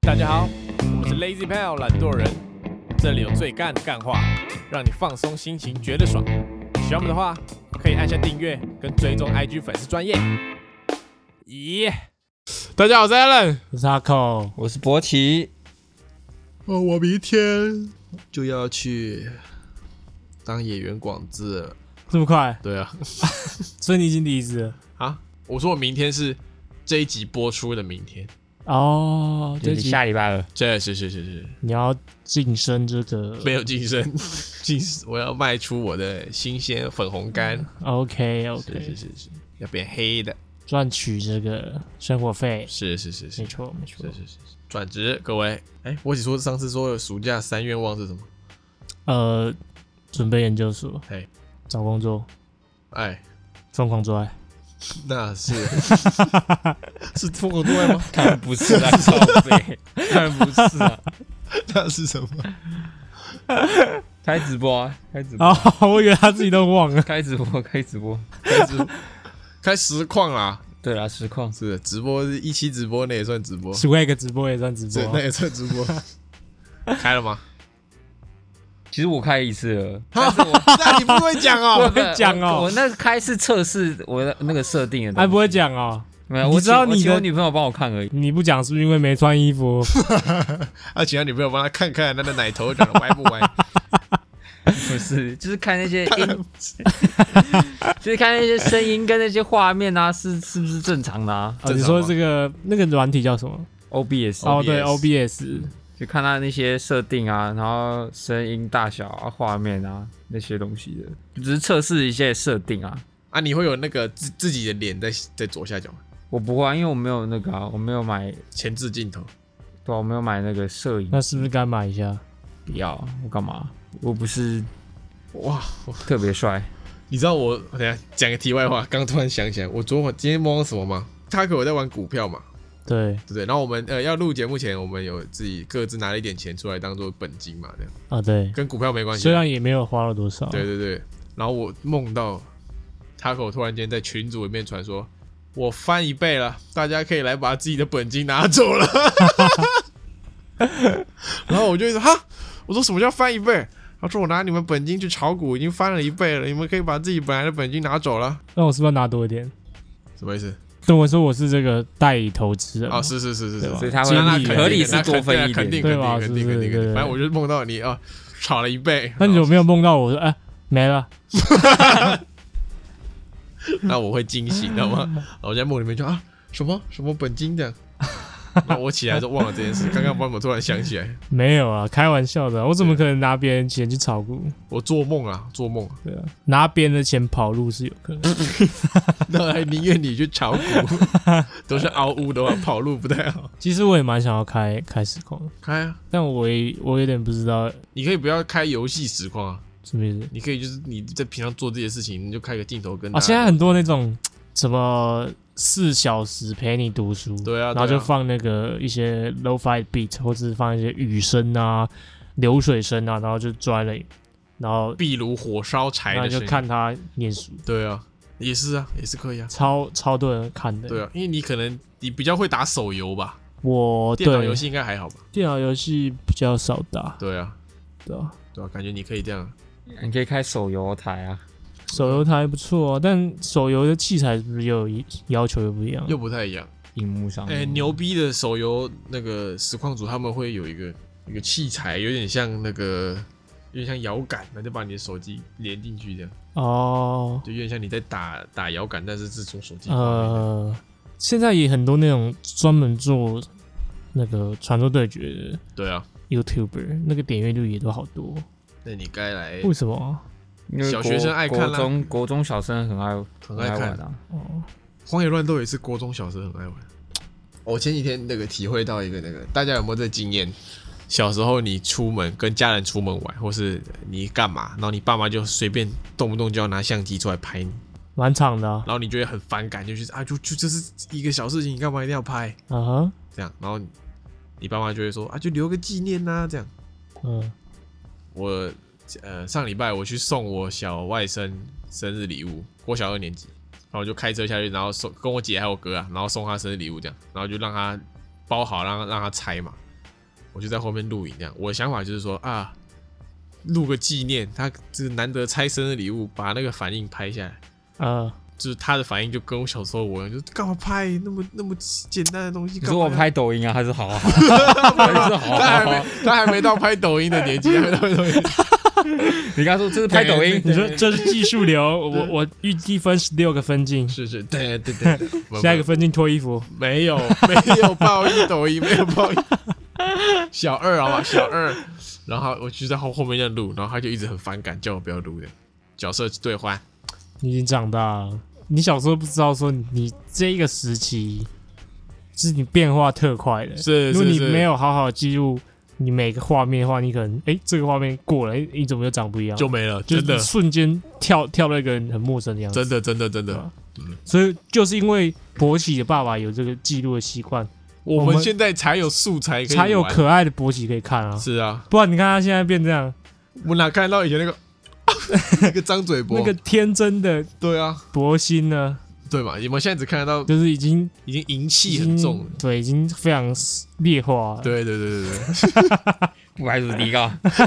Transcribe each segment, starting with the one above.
大家好，我们是 Lazy Pal 懒惰人，这里有最干的干话，让你放松心情，觉得爽。喜欢我们的话，可以按下订阅跟追踪 IG 粉丝专页。咦，大家好，我是 Alan， 我是阿寇， 我是博奇。 我明天就要去当演员广志了。 这么快？ 对啊， 所以你已经离职了啊？我说我明天是这一集播出的明天。 哦， 就是下礼拜了。 是， 你要晋升这个？ 没有晋升，我要卖出我的新鲜粉红干。 OK， 是，要变黑的， 赚取这个生活费。 是， 没错， 是，转职，各位。我只说上次说的暑假3愿望是什么？ 准备研究所，找工作，疯狂做爱。 那是是疯狂做爱吗？ 当然不是啊，靠背，当然不是啊， 那是什么？ 开直播啊，开直播。 哦，我以为他自己都忘了。 开直播， 开实况啦。 对啦，实况是直播，一期直播那也算直播 ，Swag 直播也算直播， 那也算直播。开了吗？ 其实我开一次了， 那你不会讲哦？ 不会讲哦。 我那个开是测试我的那个设定的， 还不会讲哦。 没有， 你知道我女朋友帮我看而已。 你不讲是不是因为没穿衣服？ 请他女朋友帮他看看他的奶头长得歪不歪？ 不是，就是看那些音，就是看那些声音跟那些画面啊，是不是正常的啊？ 你说这个那个软体叫什么 ？OBS。 哦，对 ，OBS。 就看他那些设定啊，然后声音大小啊、画面啊那些东西的，只是测试一些设定啊。 你会有那个自己的脸在左下角吗？ 我不会，因为我没有那个我没有买前置镜头。 对，我没有买那个摄影。 那是不是该买一下？ 不要，我干嘛？我不是哇特别帅。 你知道我等一下讲个题外话，刚突然想起来，我今天梦到什么吗？他可我在玩股票嘛。 对， 然后我们要录节目前，我们有自己各自拿了一点钱出来当做本金嘛，这样啊，对， 跟股票没关系， 虽然也没有花了多少， 对。然后我梦到 Taco 突然间在群组里面传说，我翻1倍了，大家可以来把自己的本金拿走了。然后我就说哈，我说什么叫翻1倍？他说我拿你们本金去炒股，已经翻了1倍了，你们可以把自己本来的本金拿走了。 那我是不是要拿多一点？ 什么意思？ 跟我说我是这个代理投资人是， 所以他会合理是多分一点， 对吧？肯定。反正我就梦到你炒了1倍。 那你有没有梦到我说没了？ 那我会惊喜，知道吗？我在梦里面就什么本金这样。那我起来就忘了这件事，刚刚帮我突然想起来。 没有啊，开玩笑的，我怎么可能拿别人钱去炒股？ 我做梦啊。 对啊，拿别人的钱跑路是有可能。 那还宁愿你去炒股，都是凹污的话，跑路不太好。 其实我也蛮想要开实况的， 开啊！ 但我有点不知道。 你可以不要开游戏实况啊， 什么意思？ 你可以就是你在平常做这些事情，你就开个镜头跟现在很多那种什么4小时陪你读书， 对啊， 然后就放那个一些 lo-fi beat， 或者是放一些雨声啊、流水声啊，然后就坐在那里，然后壁炉火烧柴的声音， 然后就看他念书。 对啊，也是可以啊， 超多人看的。 对啊，因为你比较会打手游吧？ 我电脑游戏应该还好吧？ 电脑游戏比较少打。 对啊，感觉你可以这样， 你可以开手游台啊。 手游台不错，但手游的器材是不是又要求又不一样？ 又不太一样。 荧幕上， 牛逼的手游那个实况组他们会有一个器材，有点像摇杆，那就把你的手机连进去这样。就有点像你在打摇杆，但是是从手机。 现在也很多那种专门做那个传说对决的， 对啊 ，YouTuber 那个点阅率也都好多。那你该来？ 为什么？ 因为小学生爱看啦， 国中小生很爱看啊。 荒野乱斗也是国中小生很爱玩。我前几天体会到一个大家有没有这经验？小时候你出门跟家人出门玩，或是你干嘛，然后你爸妈就随便动不动就要拿相机出来拍你， 蛮长的然后你就会很反感，就是就这是一个小事情，你干嘛一定要拍？这样，然后你爸妈就会说就留个纪念啊，这样。我上礼拜我去送我小外甥生日礼物，国小2年级，然后我就开车下去，然后跟我姐还有我哥然后送他生日礼物这样，然后就让他包好，让他拆嘛。 我就在后面录影这样。我的想法就是说啊，录个纪念，他这难得拆生日礼物，把那个反应拍下来。就是他的反应就跟我小时候我一样，就是干嘛拍那么简单的东西？ 可是我拍抖音啊，还是好啊，还是好啊。 他还没到拍抖音的年纪，还没到拍抖音。 你刚说这是拍抖音， 你说这是技术流，我预计分16个分镜， 是，对， 下一个分镜脱衣服， 没有报一抖音，没有报一。小二好吧，小二，然后我就在后面这样录，然后他就一直很反感，叫我不要录的。角色兑换， 你已经长大了。你小时候不知道说你这一个时期，就是你变化特快的。 是， 如果你没有好好记录你每个画面的话，你可能这个画面过了，你怎么又长不一样？ 就没了， 真的瞬间跳到一个很陌生的样子。 真的。 所以就是因为博奇的爸爸有这个记录的习惯， 我们现在才有素材可以玩， 才有可爱的博奇可以看啊。 是啊， 不然你看他现在变这样， 我哪看到以前那个那个张嘴博， 那个天真的对啊博心呢？ 对嘛？我们现在只看得到， 就是已经淫气很重了， 对，已经非常劣化了。 对， 不排除提高。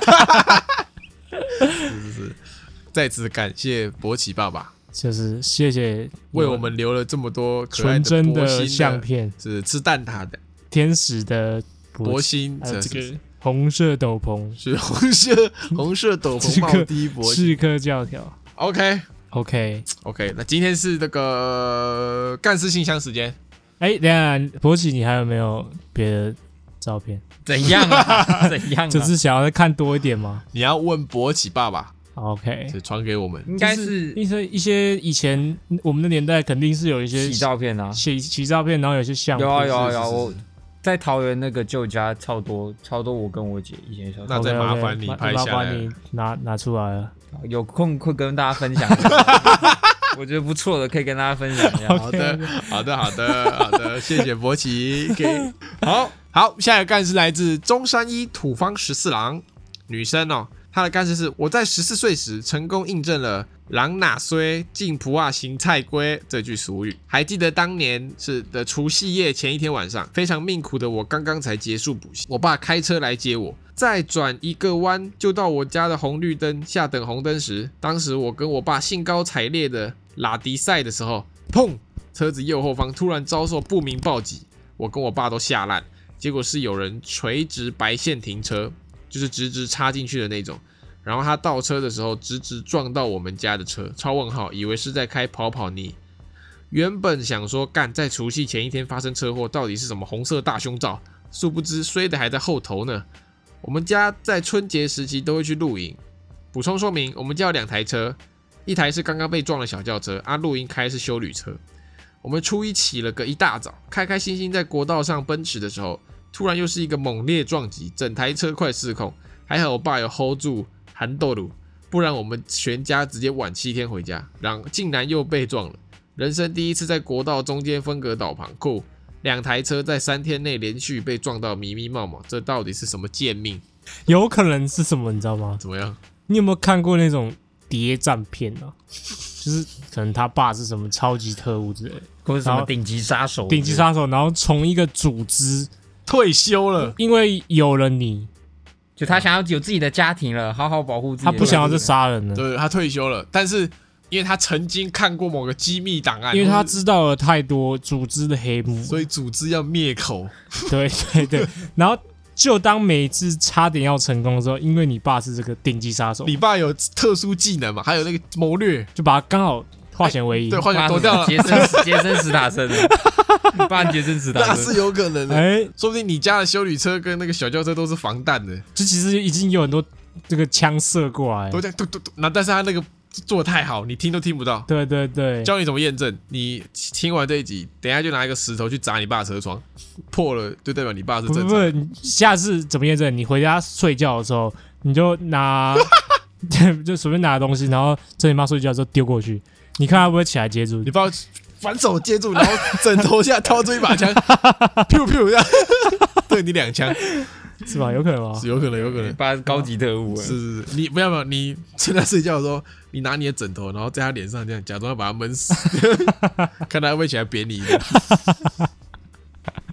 是，再次感谢博奇爸爸， 就是谢谢为我们留了这么多可爱纯真的相片， 是吃蛋挞的天使的博心， 还有这个红色斗篷， 是红色斗篷帽 D 博刺客教条。OK， 那今天是这个干事信箱时间。 等一下博奇，你还有没有别的照片？ 怎样啊？ 就是想要再看多一点吗？ 你要问博奇爸爸。 OK， 是传给我们， 应该是一些以前我们的年代肯定是有一些洗照片啊， 洗照片，然后有些相片。 有，我在桃园那个旧家超多，我跟我姐以前小时候。 那再麻烦你拍下来， 麻烦你拿出来了。 有空会跟大家分享一下。我觉得不错的，可以跟大家分享一下。 好的，谢谢博奇。好，下一个干事来自中山一土方14郎，女生哦。她的干事是：我在14岁时成功印证了"人哪衰，进普啊行菜龟"这句俗语。还记得当年的除夕夜前一天晚上，非常命苦的我刚刚才结束补习，我爸开车来接我，再转一个弯就到我家的红绿灯下等红灯时，当时我跟我爸兴高采烈的拉迪赛的时候，砰！车子右后方突然遭受不明暴击，我跟我爸都吓烂，结果是有人垂直白线停车，就是直插进去的那种。然后他倒车的时候直撞到我们家的车，超问号，以为是在开跑泥。原本想说干在除夕前一天发生车祸，到底是什么红色大胸罩？殊不知衰的还在后头呢。我们家在春节时期都会去露营。补充说明，我们家有2台车，一台是刚刚被撞的小轿车，露营开是休旅车。我们初一起了个一大早，开开心心在国道上奔驰的时候，突然又是一个猛烈撞击，整台车快失控。还好我爸有 hold 住韩豆乳，不然我们全家直接晚7天回家，竟然又被撞了。人生第一次在国道中间分隔岛旁酷，2台车在3天内连续被撞到迷迷冒冒，这到底是什么贱命？ 有可能是什么你知道吗？ 怎么样？ 你有没有看过那种谍战片啊？就是可能他爸是什么超级特务之类的， 或者什么顶级杀手， 然后从一个组织退休了， 因为有了你， 就他想要有自己的家庭了，好好保护自己， 他不想要再杀人了。 对，他退休了，但是因为他曾经看过某个机密档案， 因为他知道了太多组织的黑幕， 所以组织要灭口。 对，然后就当每次差点要成功的时候，因为你爸是这个顶级杀手， 你爸有特殊技能嘛？还有那个谋略， 就把他刚好化险为夷， 对，化险躲掉了， 杰森史塔森，你爸杰森史塔森， 那是有可能的。说不定你家的休旅车跟那个小轿车都是防弹的， 就其实已经有很多这个枪射过来， 都这样嘟，那但是他那个做得太好，你听都听不到。 对， 教你怎么验证。你听完这一集，等一下就拿一个石头去砸你爸的车窗，破了就代表你爸是正常。 不，你下次怎么验证？你回家睡觉的时候，你就拿就随便拿东西，然后趁你妈睡觉的时候丢过去，你看他会不会起来接住？ 你爸反手接住，然后枕头下掏出一把枪，pew pew 这样，对你2枪。 是吧？有可能吗？ 是有可能。 爸是高级特务， 是，你不要，你趁他睡觉的时候，你拿你的枕头，然后在他脸上这样假装要把他闷死，看他会不会起来扁你。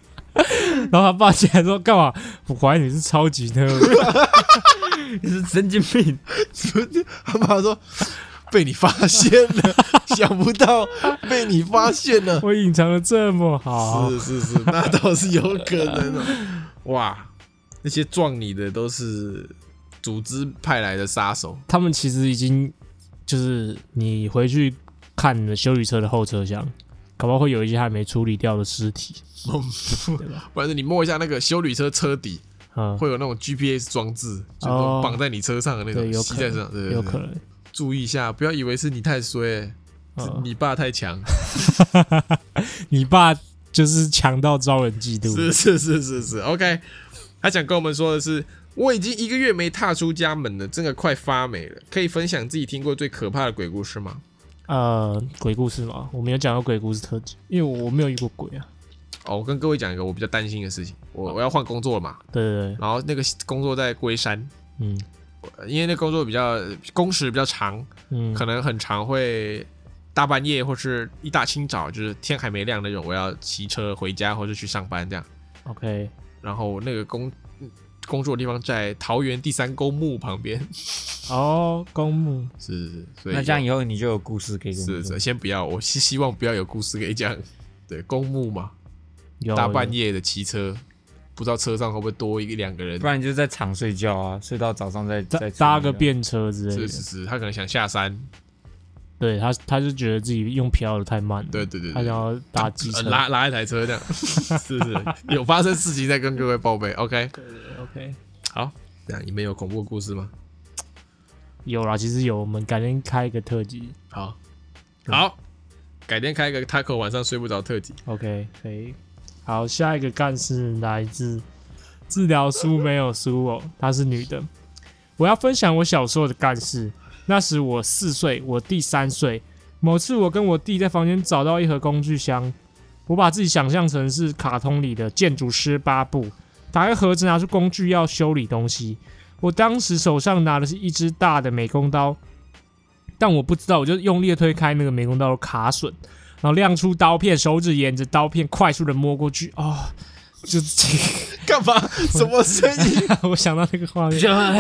然后他爸起来说干嘛？我怀疑你是超级特务， 你是神经病。 他妈说被你发现了，想不到被你发现了。 我隐藏的这么好。 是，那倒是有可能哦。哇，那些撞你的都是组织派来的杀手。 他们其实已经就是你回去看你的休旅车的后车厢，搞不好会有一些还没处理掉的尸体，对吧？ 不然是你摸一下那个休旅车车底，会有那种 GPS 装置，就绑在你车上的那种，吸在身上，对， 有可能。 注意一下，不要以为是你太衰，是你爸太强。 你爸就是强到招人嫉妒。 是。OK， 他想跟我们说的是，我已经1个月没踏出家门了，真的快发霉了。可以分享自己听过最可怕的鬼故事吗？ 鬼故事嘛，我没有讲过鬼故事特辑，因为我没有遇过鬼啊。 我跟各位讲一个我比较担心的事情，我要换工作了嘛。 对， 然后那个工作在龟山，因为那工作工时比较长，可能很常会大半夜或是一大清早，就是天还没亮那种，我要骑车回家或是去上班这样。 OK， 然后那个工作的地方在桃园第3公墓旁边。 公墓是，所以那这样以后你就有故事可以跟我们是，先不要，我希望不要有故事可以讲。对，公墓嘛， 有大半夜的骑车。不知道车上会不会多1-2个人， 不然你就在场睡觉啊，睡到早上再搭个便车之类的。 是，他可能想下山， 对他就觉得自己用飘的太慢了， 对， 他想要搭机车， 拉一台车这样，是，有发生事情再跟各位报备。OK， 好，这样你们有恐怖故事吗？ 有啦，其实有，我们改天开一个特辑。 好，改天开一个 Taco 晚上睡不着特辑。 OK， 可以。好，下一个干事来自治疗书没有书哦，她是女的。我要分享我小时候的干事。那时我4岁，我弟3岁。某次我跟我弟在房间找到一盒工具箱，我把自己想象成是卡通里的建筑师巴布，打开盒子拿出工具要修理东西。我当时手上拿的是一支大的美工刀，但我不知道，我就用力的推开那个美工刀的卡榫。然后亮出刀片，手指沿着刀片快速的摸过去，就是干嘛？什么声音？ 我想到那个画面，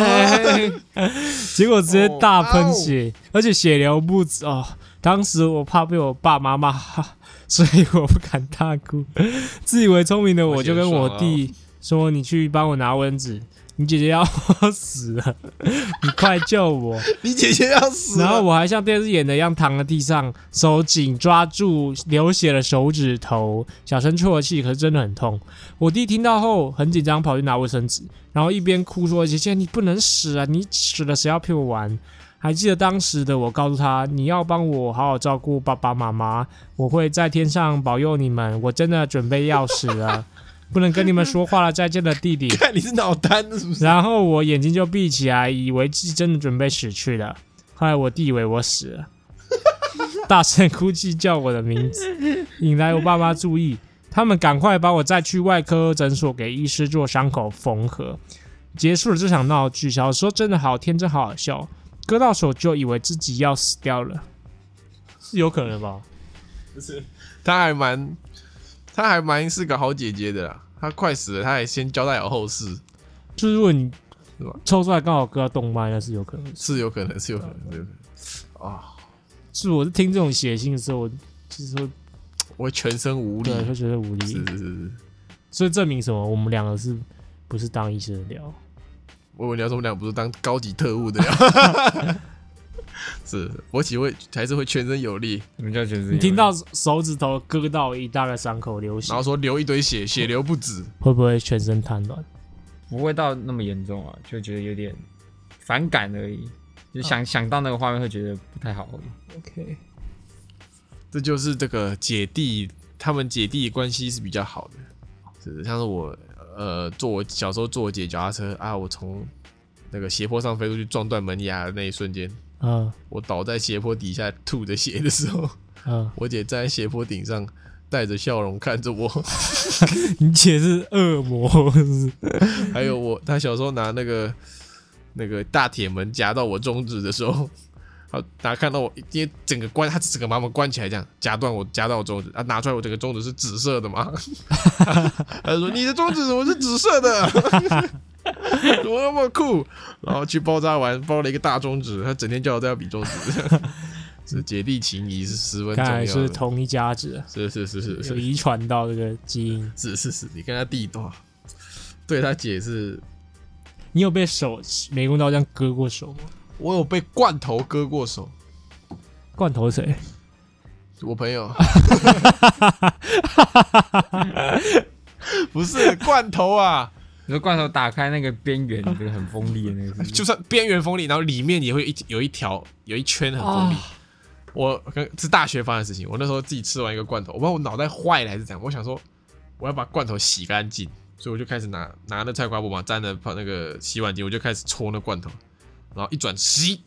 结果直接大喷血，而且血流不止哦。当时我怕被我爸妈骂，所以我不敢大哭。自以为聪明的我就跟我弟说：“你去帮我拿蚊子。”你姐姐要死了，你快救我！ 你姐姐要死了。 然后我还像电视演的一样躺在地上，手紧抓住流血的手指头，小声啜泣，可是真的很痛。我弟听到后很紧张，跑去拿卫生纸，然后一边哭说：“姐姐，你不能死啊！你死了谁要陪我玩？”还记得当时的我告诉他：“你要帮我好好照顾爸爸妈妈，我会在天上保佑你们。我真的准备要死了。”不能跟你们说话了，再见了，弟弟。 看你是脑瘫是不是？ 然后我眼睛就闭起来，以为自己真的准备死去了。后来我弟以为我死了，大声哭泣叫我的名字，引来我爸妈注意，他们赶快把我载去外科诊所给医师做伤口缝合。结束了这场闹剧。小时候真的好天真，好好笑，割到手就以为自己要死掉了，是有可能吧？ 不是，他还蛮是个好姐姐的啦。她快死了，她还先交代好后事。 就是如果你抽出来刚好割到动脉，那是有可能， 是有可能啊！ 是我是听这种血腥的时候，我就是说我会全身无力， 对，会觉得无力。 是。 所以证明什么？我们两个是不是当医生的料？ 我以为你要说我们俩不是当高级特务的料。是，我还是会全身有力。 什么叫全身有力？ 你听到手指头割到一大个伤口流血， 然后说流一堆血，血流不止， 会不会全身瘫软？ 不会到那么严重啊，就觉得有点反感而已。就想到那个画面会觉得不太好而已。 OK， 这就是这个他们姐弟关系是比较好的。是，像是我小时候坐我姐脚踏车啊，我从那个斜坡上飞出去撞断门牙的那一瞬间。我倒在斜坡底下吐着血的时候，我姐站在斜坡顶上，带着笑容看着我。 你姐是恶魔是不是？ 还有她小时候拿那个大铁门夹到我中指的时候， 好，大家看到我，因为整个他整个把我关起来，这样夹到我中指啊，拿出来我整个中指是紫色的嘛？他就说你的中指怎么是紫色的？怎么那么酷？然后去包扎完，包了一个大中指，他整天叫我都要比中指，是姐弟情谊是十分重要的。 看来是同一家子， 是有遗传到这个基因。 是，你跟他弟多，对他姐是。 你有被美工刀这样割过手吗？ 我有被罐头割过手。 罐头谁？ 我朋友。不是罐头啊！ 你说罐头打开那个边缘，那个很锋利的那个， 就算边缘锋利，然后里面也会有一圈很锋利。我是大学发生的事情，我那时候自己吃完一个罐头，我不知道我脑袋坏了还是怎样，我想说我要把罐头洗干净，所以我就开始拿那菜瓜布嘛，沾了那个洗碗巾，我就开始戳那罐头，然后一转洗，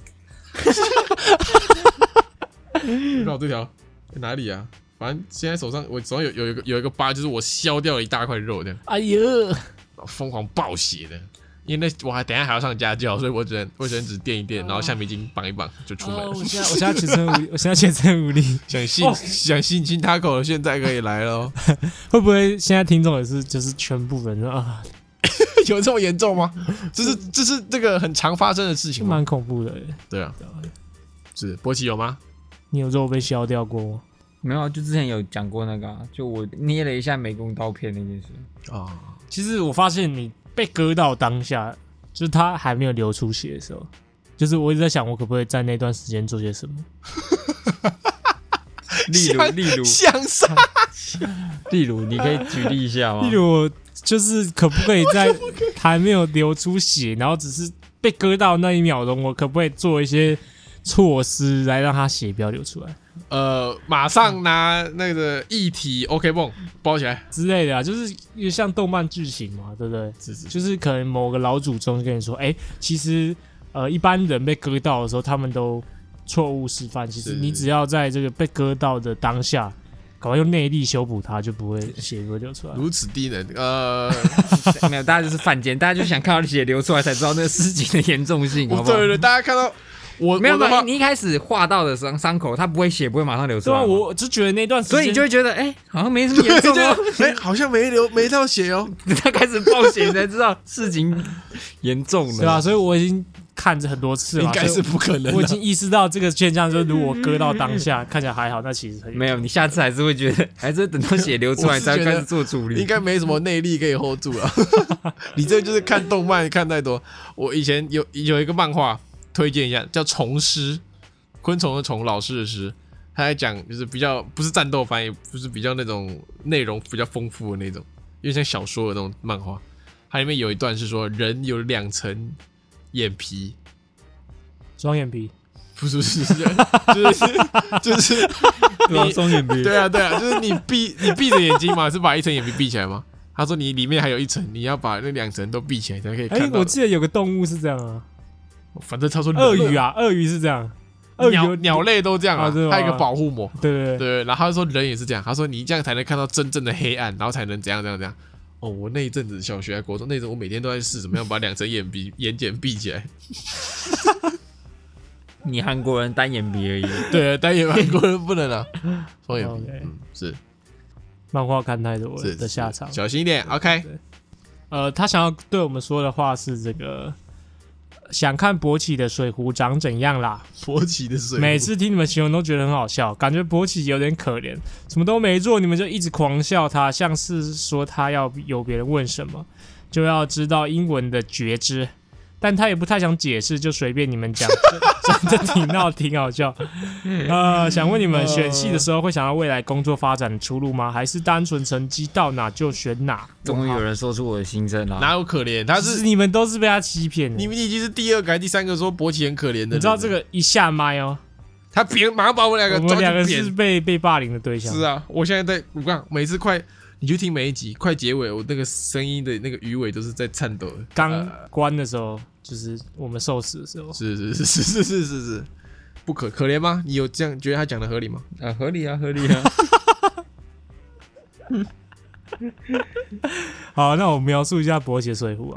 看我这条哪里啊？反正现在我手上有一个疤，就是我削掉了一大块肉这样。 哎呀， 疯狂爆血的，因为等一下还要上家教，所以我只能只垫一垫，然后橡皮筋绑一绑就出门了。 我现在全身无力，我现在全身无力。 想性侵他口的现在可以来了。 会不会现在听众也是就是全部人啊？ 有这么严重吗？这是这个很常发生的事情吗？ 蛮恐怖的。对啊，是波奇有吗？ 你有肉被削掉过吗？ 没有，就之前有讲过那个、就我捏了一下美工刀片那件事啊。 其实我发现你被割到当下，就是他还没有流出血的时候，就是我一直在想，我可不可以在那段时间做些什么？ 例如向上， 例如你可以举例一下吗？ 例如就是可不可以在还没有流出血，然后只是被割到那一秒钟，我可不可以做一些措施来让他血不要流出来？ 马上拿那个液体 OK 泵包起来之类的啊，就是像动漫剧情嘛，对不对？就是可能某个老祖宗跟你说，其实一般人被割到的时候，他们都错误示范。其实你只要在这个被割到的当下，赶快用内力修补它，就不会血不会流出来。 如此低能， 没有，大家就是犯贱，大家就想看到血流出来才知道那个事情的严重性，好不好？ 对，大家看到。 没有，你一开始划到的伤口，它不会血不会马上流出来。 对啊，我就觉得那段时间， 所以你就会觉得，好像没什么严重哦， 好像没到血哦。 他开始爆血，你才知道事情严重了。 对啊，所以我已经看着很多次了， 应该是不可能。 我已经意识到这个现象，就是如果割到当下看起来还好，那其实没有，你下次还是会觉得，还是等到血流出来才开始做处理。 应该没什么内力可以 hold 住了。你这就是看动漫看太多。我以前有一个漫画。推荐一下，叫《虫师》，昆虫的虫，老师的师。他在讲就是比较不是战斗番，也不是比较那种内容比较丰富的那种，因为像小说的那种漫画。它里面有一段是说，人有2层眼皮， 双眼皮， 不是，就是双眼皮， 对啊，就是你闭着眼睛嘛，是把一层眼皮闭起来吗？他说你里面还有一层，你要把那2层都闭起来才可以看到。 我记得有个动物是这样啊。 反正他说鳄鱼啊，鳄鱼是这样， 鸟类都这样啊，它有一个保护膜。 对， 然后他说人也是这样，他说你这样才能看到真正的黑暗，然后才能怎样。哦，我那一阵子小学国中那阵，我每天都在试怎么样把2层眼睑闭起来。 你韩国人单眼皮而已。 对，单眼韩国人不能啊，双眼皮。是漫画看太多的下场， 小心一点。OK， 他想要对我们说的话是这个。想看勃起的水壶长怎样啦？ 勃起的水壶， 每次听你们形容都觉得很好笑，感觉勃起有点可怜，什么都没做，你们就一直狂笑他，像是说他要有别人问什么，就要知道英文的觉知，但他也不太想解释，就随便你们讲，真的挺好笑。想问你们选系的时候会想到未来工作发展的出路吗？还是单纯成绩到哪就选哪？ 终于有人说出我的心声了。 哪有可怜？他是你们都是被他欺骗的。 你们已经是第2个还是第3个说勃起很可怜的。 你知道这个一下麦哦， 他马上把我们2 个是被霸凌的对象。 是啊，我现在我讲每次你去听每一集快结尾，我那个声音的那个鱼尾都是在颤抖的。 刚关的时候，就是我们受死的时候。 是，不可怜吗？你有这样觉得他讲的合理吗？ 合理啊。 好，那我描述一下勃起水壶啊。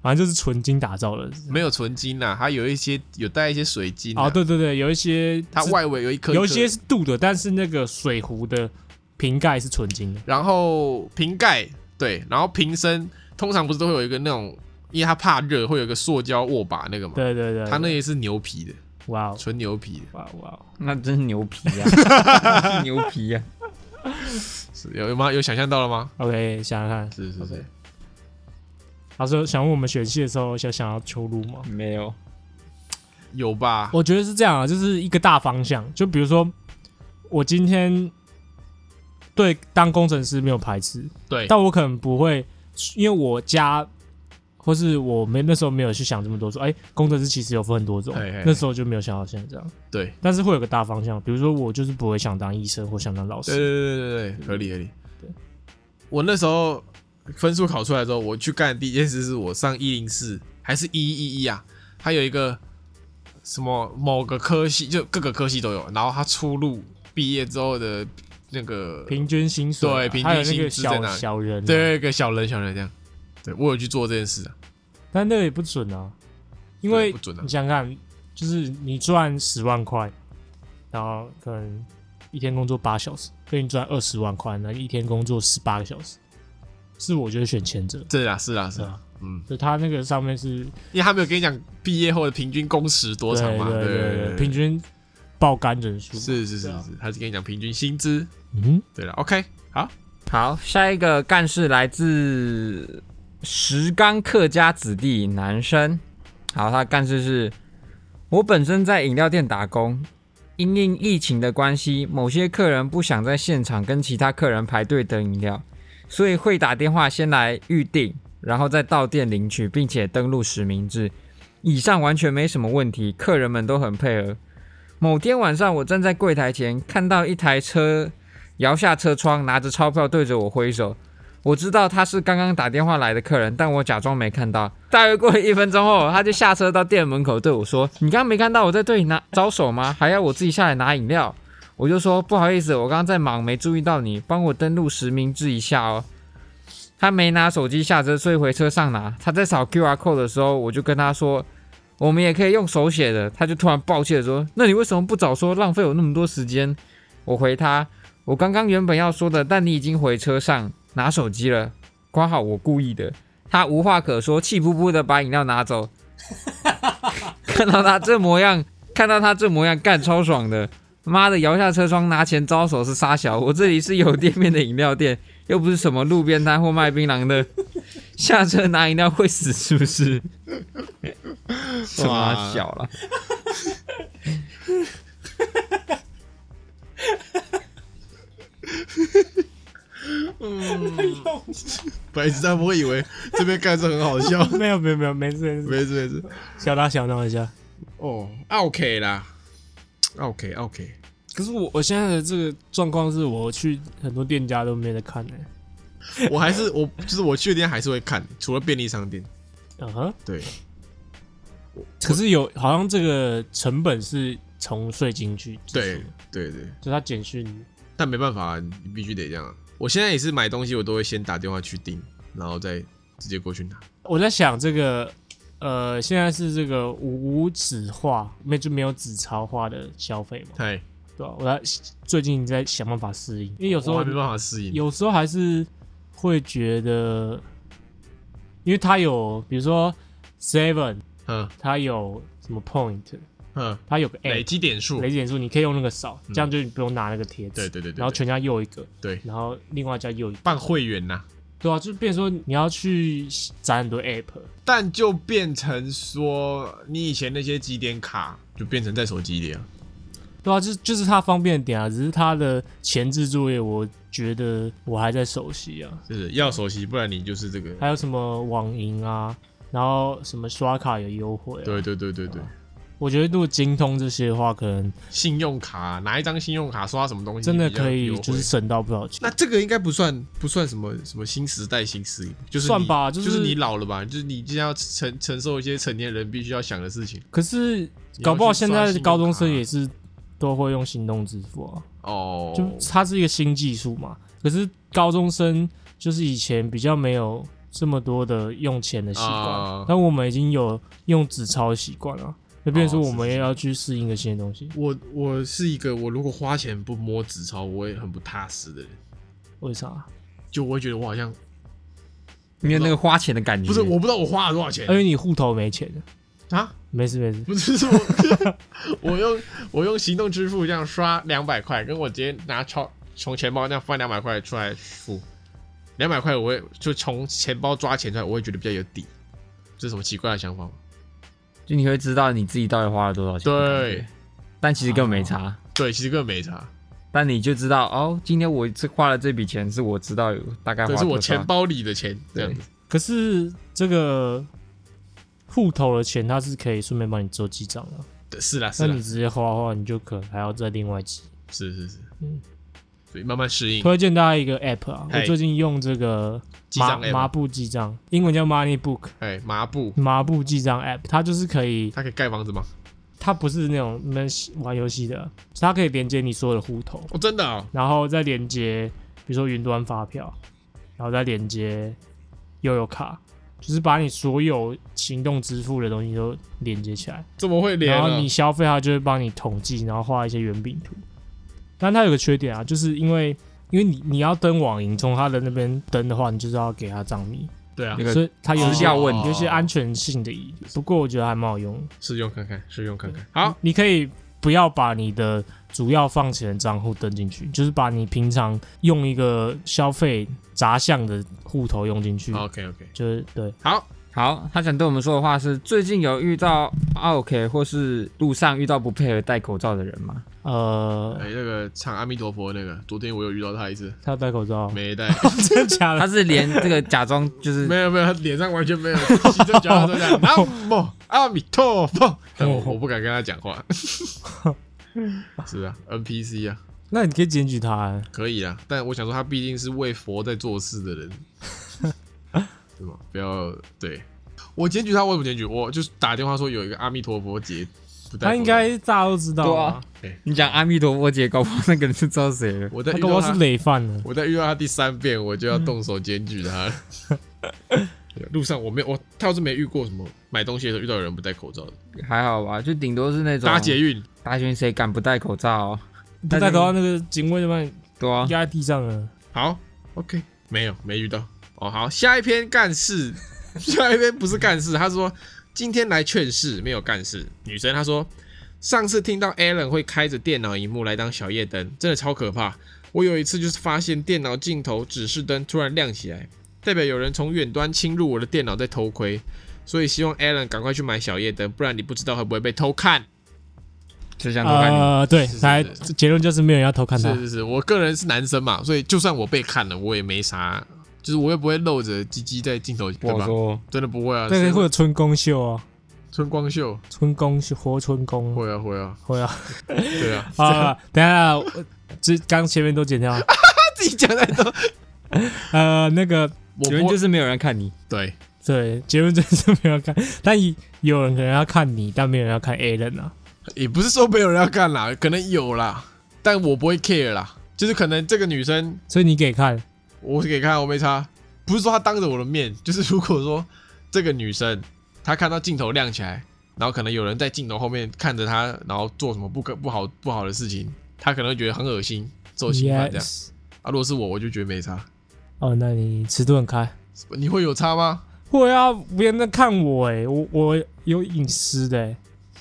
反正就是纯金打造的。 没有纯金啊，它有带一些水晶、啊。 哦，对对对，有一些它外围有一颗， 有一些是镀的，但是那个水壶的瓶盖是纯金的。 然后瓶盖对，然后瓶身通常不是都会有一个那种，因为它怕热，会有一个塑胶握把那个嘛。 对对对， 它那也是牛皮的。 哇哦， 纯牛皮的。 哇哇， 那真是牛皮啊，牛皮啊！ 有吗？有想象到了吗 ？OK， 想想看， 是是是。 Okay. 他说想问我们选系的时候想要秋路吗？ 没有， 有吧？ 我觉得是这样啊，就是一个大方向。就比如说，我今天对当工程师没有排斥， 对， 但我可能不会，因为我家或是我那时候没有去想这么多，说工程师其实有分很多种，那时候就没有想到现在这样。 对， 但是会有个大方向，比如说我就是不会想当医生或想当老师。 对，合理。对，我那时候分数考出来之后，我去干的第一件事是我上104还是1111啊？它有一个什么某个科系，就各个科系都有，然后他出路毕业之后的那个平均薪水、 对，平均薪资在哪里？ 小人、 对，一个小人这样。对，我有去做这件事啊， 但那个也不准啊，因为不准啊。 你想想看，就是你赚10万块，然后可能一天工作8小时，跟你赚20万块，那一天工作18个小时，是我觉得选前者。 对啊，是啊， 就他那个上面是，因为他没有跟你讲毕业后的平均工时多长嘛，对， 平均爆肝人数， 是，他是跟你讲平均薪资。对了 ，OK， 好，下一个干事来自石冈客家子弟男生。好，他的干事是：我本身在饮料店打工，因疫情的关系，某些客人不想在现场跟其他客人排队等饮料，所以会打电话先来预定，然后再到店领取，并且登录实名制。以上完全没什么问题，客人们都很配合。某天晚上，我站在柜台前，看到一台车摇下车窗，拿着钞票对着我挥手。我知道他是刚刚打电话来的客人，但我假装没看到。大约过了1分钟后，他就下车到店门口对我说：“你刚刚没看到我在对你招手吗？还要我自己下来拿饮料？”我就说：“不好意思，我刚刚在忙，没注意到你，帮我登录实名制一下哦。”他没拿手机下车，所以回车上拿。他在扫 QR code 的时候，我就跟他说：“我们也可以用手写的。”他就突然抱歉的说：“那你为什么不早说，浪费我那么多时间？”我回他：“我刚刚原本要说的，但你已经回车上拿手机了，括号我故意的。”他无话可说，气噗噗的把饮料拿走。看到他这模样，干超爽的。妈的，摇下车窗拿钱招手是杀小，我这里是有店面的饮料店，又不是什么路边摊或卖槟榔的。下车拿饮料会死是不是？什么小了？ 白痴他不会以为这边干是很好笑。 没有，没事，小打小闹一下。 哦 ，OK 啦 ，OK。 可是我现在的这个状况是，我去很多店家都没在看就是我去的店还是会看，除了便利商店。对。 可是好像这个成本是从税金去支付的。 对， 就他简讯。 但没办法，你必须得这样。我现在也是买东西，我都会先打电话去订，然后再直接过去拿。 我在想这个，现在是这个无纸化，就没有纸钞化的消费嘛？ 对吧？我最近在想办法适应，因为有时候还没办法适应， 有时候还是会觉得，因为它有，比如说 Seven，它有什么 Point。它有个 app, 累积点数， 你可以用那个扫，这样就不用拿那个贴纸。 对。 然后全家又一个， 对， 然后另外加又一个。 办会员呐， 对啊，就变成说你要去载很多 app， 但就变成说你以前那些集点卡就变成在手机里啊。 对啊，就是它方便点啊，只是它的前置作业，我觉得我还在熟悉啊。 就是要熟悉，不然你就是这个。 还有什么网银啊，然后什么刷卡有优惠啊。 对。 我觉得如果精通这些的话，可能信用卡拿一张信用卡刷什么东西， 真的可以就是省到不少钱。 那这个应该不算什么新时代新事，就是算吧，就是你老了吧，就是你今天要承受一些成年人必须要想的事情。 可是搞不好现在高中生也是都会用行动支付啊。 哦， 就它是一个新技术嘛。可是高中生就是以前比较没有这么多的用钱的习惯， 啊但我们已经有用纸钞的习惯了，那变成说我们也要去适应一个新的东西。 我是一个我如果花钱不摸纸钞，我也很不踏实的人。 为啥？ 就我会觉得我好像没有那个花钱的感觉。 不是，我不知道我花了多少钱因为你户头没钱啊。 没事， 不是我用行动支付这样刷200块，跟我直接拿从钱包这样翻200块出来付，200块我会就从钱包抓钱出来，我会觉得比较有底。这是什么奇怪的想法吗？ 就你会知道你自己到底花了多少钱。 对， 但其实根本没差。 对，其实根本没差。 但你就知道哦，今天我花了这笔钱，是我知道有大概花多少。 可是我钱包里的钱这样子。 可是这个户头的钱，它是可以顺便帮你做记账的。 是啦， 那你直接花的话，你就可能还要再另外记。 是，所以慢慢适应。 推荐大家一个 app 啊， 嘿我最近用这个记账 app 麻布记账，英文叫 Money Book， 麻布记账 app， 它就是可以， 它可以盖房子吗？ 它不是那种玩游戏的，它可以连接你所有的户头， 哦，真的哦。 然后再连接，比如说云端发票，然后再连接悠游卡，就是把你所有行动支付的东西都连接起来。 这么会连啊？ 然后你消费，它就会帮你统计，然后画一些圆饼图。但它有个缺点啊，就是因为你要登网银，从它的那边登的话，你就是要给它账密。 对啊， 所以它有资料问题有一些安全性的疑虑。不过我觉得还蛮好用的， 试用看看。好， 你可以不要把你的主要放钱的账户登进去，就是把你平常用一个消费杂项的户头用进去。 OK， 就是对。 好，他想对我们说的话是：最近有遇到 OK 或是路上遇到不配合戴口罩的人吗？ 那个唱阿弥陀佛那个，昨天我有遇到他一次， 他戴口罩， 没戴， 真的假的？ 他是连这个假装就是没有，他脸上完全没有，骑着脚踏车这样，南无阿弥陀佛，我不敢跟他讲话，是啊 ，NPC 啊， 那你可以检举他啊。 可以啊，但我想说他毕竟是为佛在做事的人，对吗？不要对我检举他，我怎么检举？我就是打电话说有一个阿弥陀佛节。 他应该大家都知道啊。 你讲阿弥陀佛节，搞不好那个人就知道谁了。 我在他搞不好是累犯了。 我在遇到他第3遍，我就要动手检举他了。路上他要是没遇过什么买东西的时候遇到有人不戴口罩的， 还好吧，就顶多是那种搭捷运谁敢不戴口罩？ 不戴口罩，那个警卫就把你压在地上了。 好 ，OK， 没遇到。哦，好，下一篇干事，下一篇不是干事，他说今天来劝世，没有干事。女生她说，上次听到 Alan 会开着电脑萤幕来当小夜灯，真的超可怕。我有一次就是发现电脑镜头指示灯突然亮起来，代表有人从远端侵入我的电脑在偷窥，所以希望 Alan 赶快去买小夜灯，不然你不知道会不会被偷看。 就想偷看你。 对，来结论就是没有人要偷看他。 是，我个人是男生嘛，所以就算我被看了，我也没啥。就是我又不会露着鸡鸡在镜头，对吧？真的不会啊。 对，会有春宫秀啊， 春光秀， 活春宫。 会啊，对啊。 等一下，这刚前面都剪掉， 自己讲太多。 那个结论就是没有人看你。 对，结论就是没有人看，但有人可能要看你，但没有人要看 Alan 啊。 也不是说没有人要看啦，可能有啦，但我不会 care 啦。就是可能这个女生， 所以你给看。 我给看，我没差。不是说她当着我的面，就是如果说这个女生她看到镜头亮起来，然后可能有人在镜头后面看着她，然后做什么不好的事情，她可能会觉得很恶心，受侵犯这样。如果是我就觉得没差。 哦，那你尺度很开。 你会有差吗？ 会啊，别人在看我我有隐私的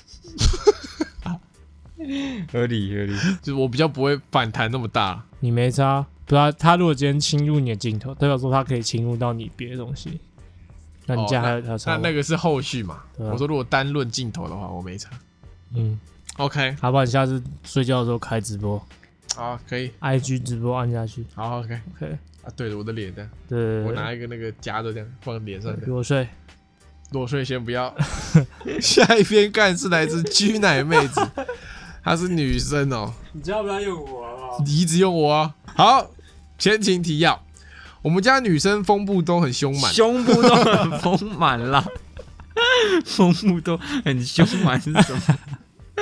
合理， 就是我比较不会反弹那么大。 你没差。不然他如果今天侵入你的镜头，代表说他可以侵入到你别的东西，那你这样还有差吗？ 那个是后续嘛？我说如果单论镜头的话，我没差。OK， 好吧，你下次睡觉的时候开直播， 好，可以 IG 直播按下去。 好 OK 啊，对着我的脸这样， 对， 我拿一个那个夹着这样放脸上。 裸睡先不要。下一篇干是来自居奶妹子，她是女生哦。 你知道不要用我好不好？ 你一直用我啊。好，前情提要，我们家女生胸部都很丰满， 胸部都很丰满啦。胸部都很丰满是什么？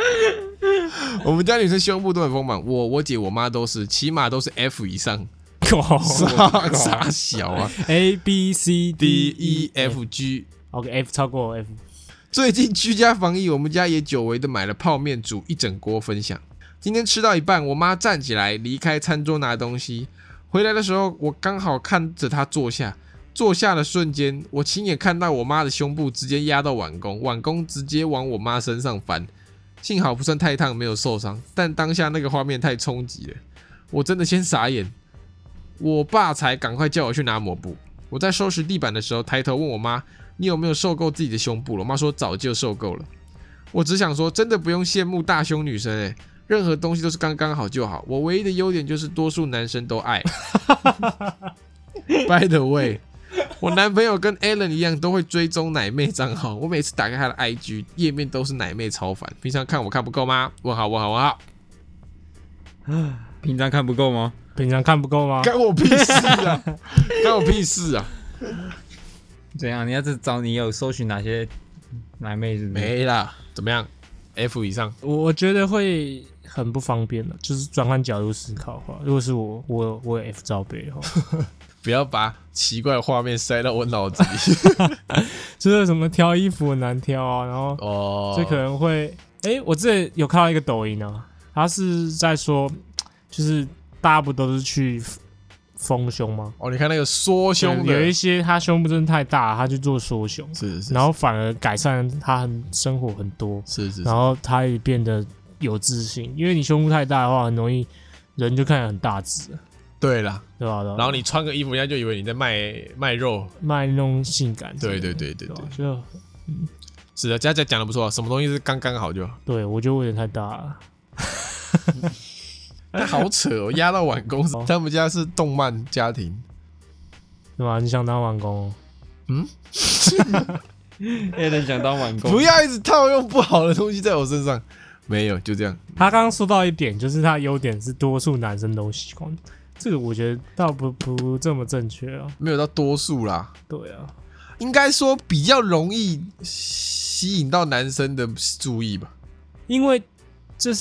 我们家女生胸部都很丰满，我姐我妈都是，起码都是 F 以上。 傻小啊 A B C ，D D E F G。OK F 超过 F。 最近居家防疫，我们家也久违的买了泡面煮一整锅分享。今天吃到一半，我妈站起来离开餐桌拿东西，回来的时候我刚好看着她坐下。坐下的瞬间，我亲眼看到我妈的胸部直接压到碗公，碗公直接往我妈身上翻。幸好不算太烫，没有受伤，但当下那个画面太冲击了，我真的先傻眼。我爸才赶快叫我去拿抹布。我在收拾地板的时候，抬头问我妈：“你有没有受够自己的胸部了？”我妈说：“早就受够了。”我只想说，真的不用羡慕大胸女生欸，任何东西都是刚刚好就好。我唯一的优点就是多数男生都爱。By the way， 我男朋友跟 Alan 一样，都会追踪奶妹账号。我每次打开他的 IG 页面都是奶妹，超烦。平常看我看不够吗？问号问号问号。 平常看不够吗？ 平常看不够吗？ 干我屁事啊！干我屁事啊！ 怎样？你要是找你有搜寻哪些奶妹是不是？ 没啦，怎么样 ？F 以上， 我觉得会很不方便的，就是转换角度思考的话，如果是我有 F 罩杯的话， 不要把奇怪的画面塞到我脑子里。 就是什么挑衣服很难挑啊，然后就可能会，我之前有看到一个抖音啊，他是在说，就是大家不都是去丰胸吗？ 你看那个缩胸的， 有一些他胸部真的太大，他去做缩胸， 是， 然后反而改善他生活很多， 是， 然后他也变得有自信，因为你胸部太大的话，很容易人就看起来很大只， 对啦， 对吧？ 然后你穿个衣服，人家就以为你在卖肉， 卖那种性感， 对， 就是的，佳佳讲的不错，什么东西是刚刚好就好。 对我觉得我有点太大了。 那好扯哦，压到碗公，他们家是动漫家庭， 对吧？你想当碗公？ 人想当碗公， 不要一直套用不好的东西在我身上。没有，就这样。 他刚刚说到一点，就是他优点是多数男生都喜欢，这个我觉得倒不这么正确啊。 没有到多数啦， 对啊， 应该说比较容易吸引到男生的注意吧， 因为这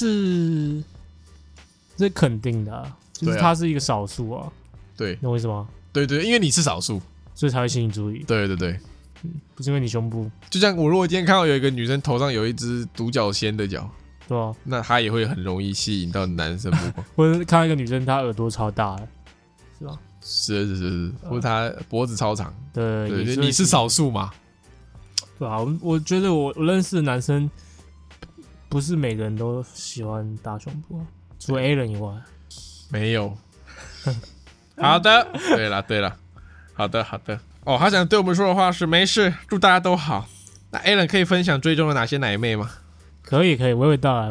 肯定的啊，就是他是一个少数啊。 对， 懂我意思吗？ 对，因为你是少数， 所以才会吸引注意。 对， 不是因为你胸部。 就像我如果今天看到有一个女生头上有一只独角仙的角， 对吧？ 那她也会很容易吸引到男生目光。 或者看到一个女生，她耳朵超大的，是吧？ 是，或者她脖子超长。 对， 你是少数嘛？ 对啊，我觉得我认识的男生，不是每个人都喜欢大胸部，除了 A 人以外。 没有。好的，对了，好的。他想对我们说的话是没事，祝大家都好。那 Alan 可以分享追踪了哪些奶妹吗？ 可以，娓娓道来。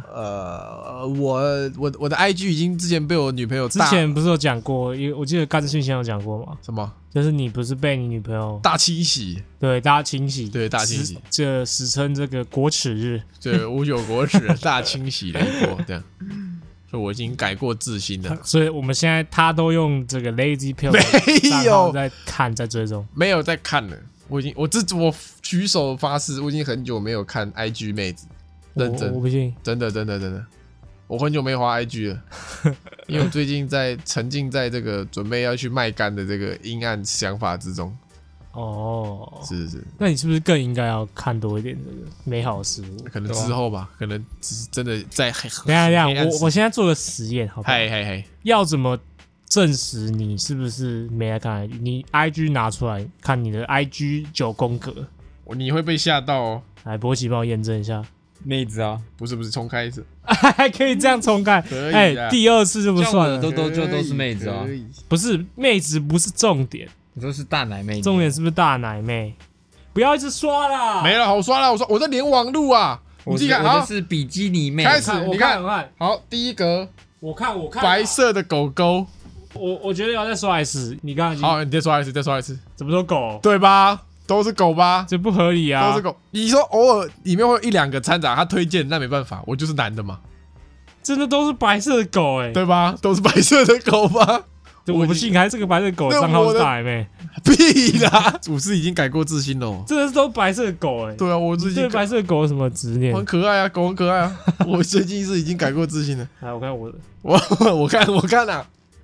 我的 IG 已经之前被我女朋友之前不是有讲过，我记得干讯先有讲过嘛？ 什么？ 就是你不是被你女朋友大清洗？ 对，大清洗， 对，大清洗， 这史称这个国耻日， 对，59国耻大清洗了一波，这样。所以我已经改过自新了。 所以我们现在他都用这个 Lazy Pill 没有在看，在追踪， 没有在看了。我举手发誓，我已经很久没有看 IG 妹子，认真， 我不信， 真的，我很久没滑 IG 了，因为我最近在沉浸在这个准备要去卖干的这个阴暗想法之中。是， 那你是不是更应该要看多一点这个美好的事物？ 可能之后吧，可能真的在等一下，我现在做个实验，好不好？ 嗨， 要怎么证实你是不是没来看 IG？ 你 IG 拿出来看你的 IG 9宫格， 你会被吓到哦。 来，波奇帮我验证一下。 妹子啊， 不是，重开一次， 还可以这样重开？第二次就不算了， 都是妹子啊， 不是妹子不是重点。 你说是大奶妹， 重点是不是大奶妹？不要一直刷啦！ 没了，好刷了，我在连网路啊！你自己看， 我的是比基尼妹。 开始， 你看， 好，第一格， 我看， 白色的狗狗， 我觉得要再刷一次。你刚刚好，你再刷一次， 怎么都狗？ 对吧？都是狗吧？ 这不合理啊！ 都是狗。你说偶尔里面会有1-2个掺杂他推荐，那没办法，我就是男的嘛。 真的都是白色的狗对吧？都是白色的狗吧？ 我不信，还是这个白色的狗账号是大奶妹？ 屁啦！主是已经改过自新了， 真的是都白色的狗对啊，我最近对白色的狗有什么执念？ 很可爱啊，狗很可爱啊。我最近是已经改过自新了。 来，我看我的， 我看啊，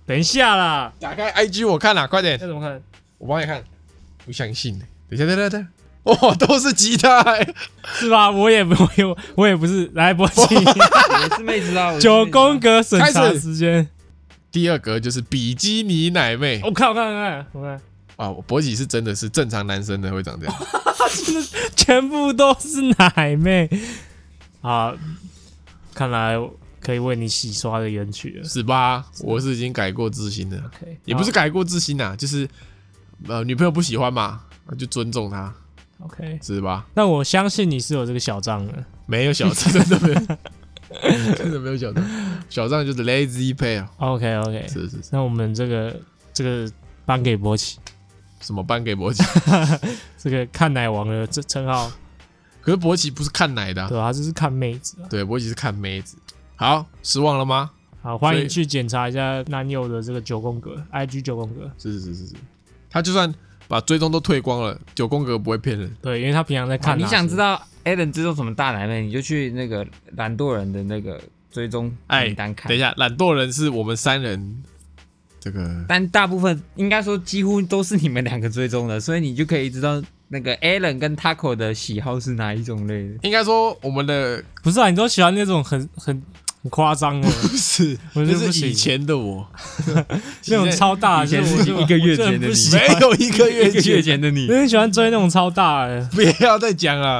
等一下啦， 打开 IG 我看啦，快点要，怎么看？ 我帮你看。不相信，等一下，哇，都是吉他欸， 是吧？我也不是来博奇我是妹子啊 9宫格审查开始时间。 第二格就是比基尼奶妹我看， 啊，博奇是真的是正常男生的会长这样， 全部都是奶妹啊！看来可以为你洗刷的冤屈了。 是吧？我是已经改过自新的， OK， 也不是改过自新啦，就是女朋友不喜欢嘛，就尊重她， OK。 是吧？ 那我相信你是有这个小账的。 没有小账，真的没有，真的没有小账，小账就是 lazy pay， OK， 是， 那我们这个颁给博奇， 什么颁给博奇？ 这个看奶王的这称号， 可是博奇不是看奶的啊， 对吧？他就是看妹子啊。 对，博奇是看妹子。好，失望了吗？ 好，欢迎去检查一下男友的这个9宫格 ，IG 9宫格。 是，他就算把追踪都退光了，9宫格不会骗人。 对，因为他平常在看。 你想知道 Alan 追踪什么大奶妹，你就去那个懒惰人的那个追踪名单看。 等一下，懒惰人是我们3人，这个但大部分应该说几乎都是你们2个追踪的，所以你就可以知道那个 Alan 跟 Taco 的喜好是哪一种类的。 应该说我们的不是啊？你都喜欢那种很夸张的， 不是， 我就不行那是以前的我， 那种超大的， 以前是我就 1个月前的你我就很不喜欢没有1个月 1个月前的你我，很喜欢追那种超大的。 不要再讲了，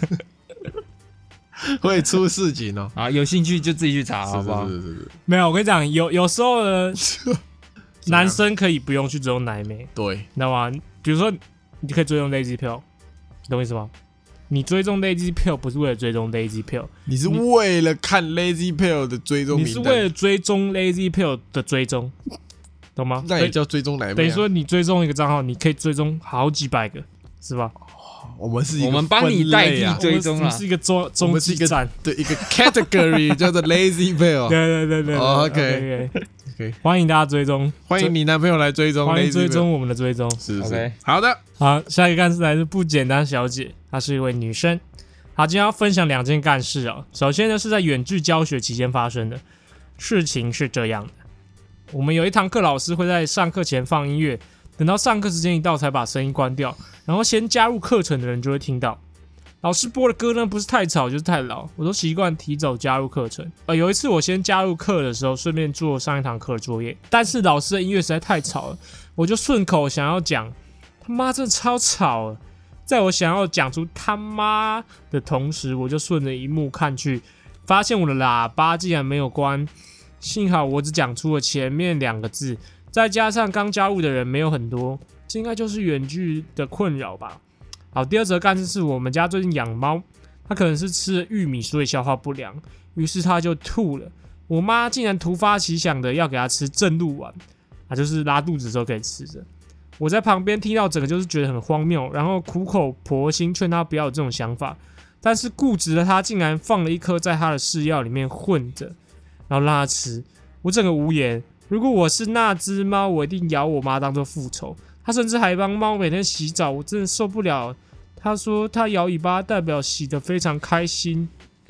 会出事情哦。 啊，有兴趣就自己去查，好不好？ 是， 没有，我跟你讲，有时候呢，男生可以不用去追踪奶妹， 对， 你知道吗？比如说，你可以追踪 Lazy Pill，你懂我意思吗？你追踪 Lazy Pill 不是为了追踪 Lazy Pill， 你是为了看 Lazy Pill 的追踪你名单， 是为了追踪 Lazy Pill 的追踪，懂吗？ 那也叫追踪奶妹啊。 等于说你追踪一个账号，你可以追踪好几百个，是吧？ 我们是一个我们帮你代替分类啊追踪啦我们是一个中我们是一个继站。 对一个 category 叫做 Lazy Pill。 对。 哦 OK， OK 欢迎大家追踪， 欢迎你男朋友来追踪 Lazy Pill， 欢迎追踪我们的追踪。 是 OK 好的， 好，下一个干事来自不简单小姐，她是一位女生。好，今天要分享2件干事啊。首先呢，是在远距教学期间发生的事情是这样的：我们有一堂课，老师会在上课前放音乐，等到上课时间一到才把声音关掉，然后先加入课程的人就会听到。老师播的歌呢，不是太吵就是太老，我都习惯提早加入课程。有一次我先加入课的时候，顺便做上一堂课的作业，但是老师的音乐实在太吵了，我就顺口想要讲，他妈真的超吵了。在我想要讲出他妈的同时，我就顺着荧幕看去，发现我的喇叭竟然没有关。幸好我只讲出了前面2个字，再加上刚加入的人没有很多，这应该就是远距的困扰吧。好，第二则干事是我们家最近养猫，它可能是吃了玉米所以消化不良，于是它就吐了。我妈竟然突发奇想的要给它吃正露丸，就是拉肚子的时候可以吃的。我在旁边听到整个就是觉得很荒谬，然后苦口婆心劝他不要有这种想法，但是固执的他竟然放了一颗在他的饲料里面混着，然后让他吃。我整个无言。如果我是那只猫，我一定咬我妈当做复仇。他甚至还帮猫每天洗澡，我真的受不了。他说他摇尾巴代表洗得非常开心。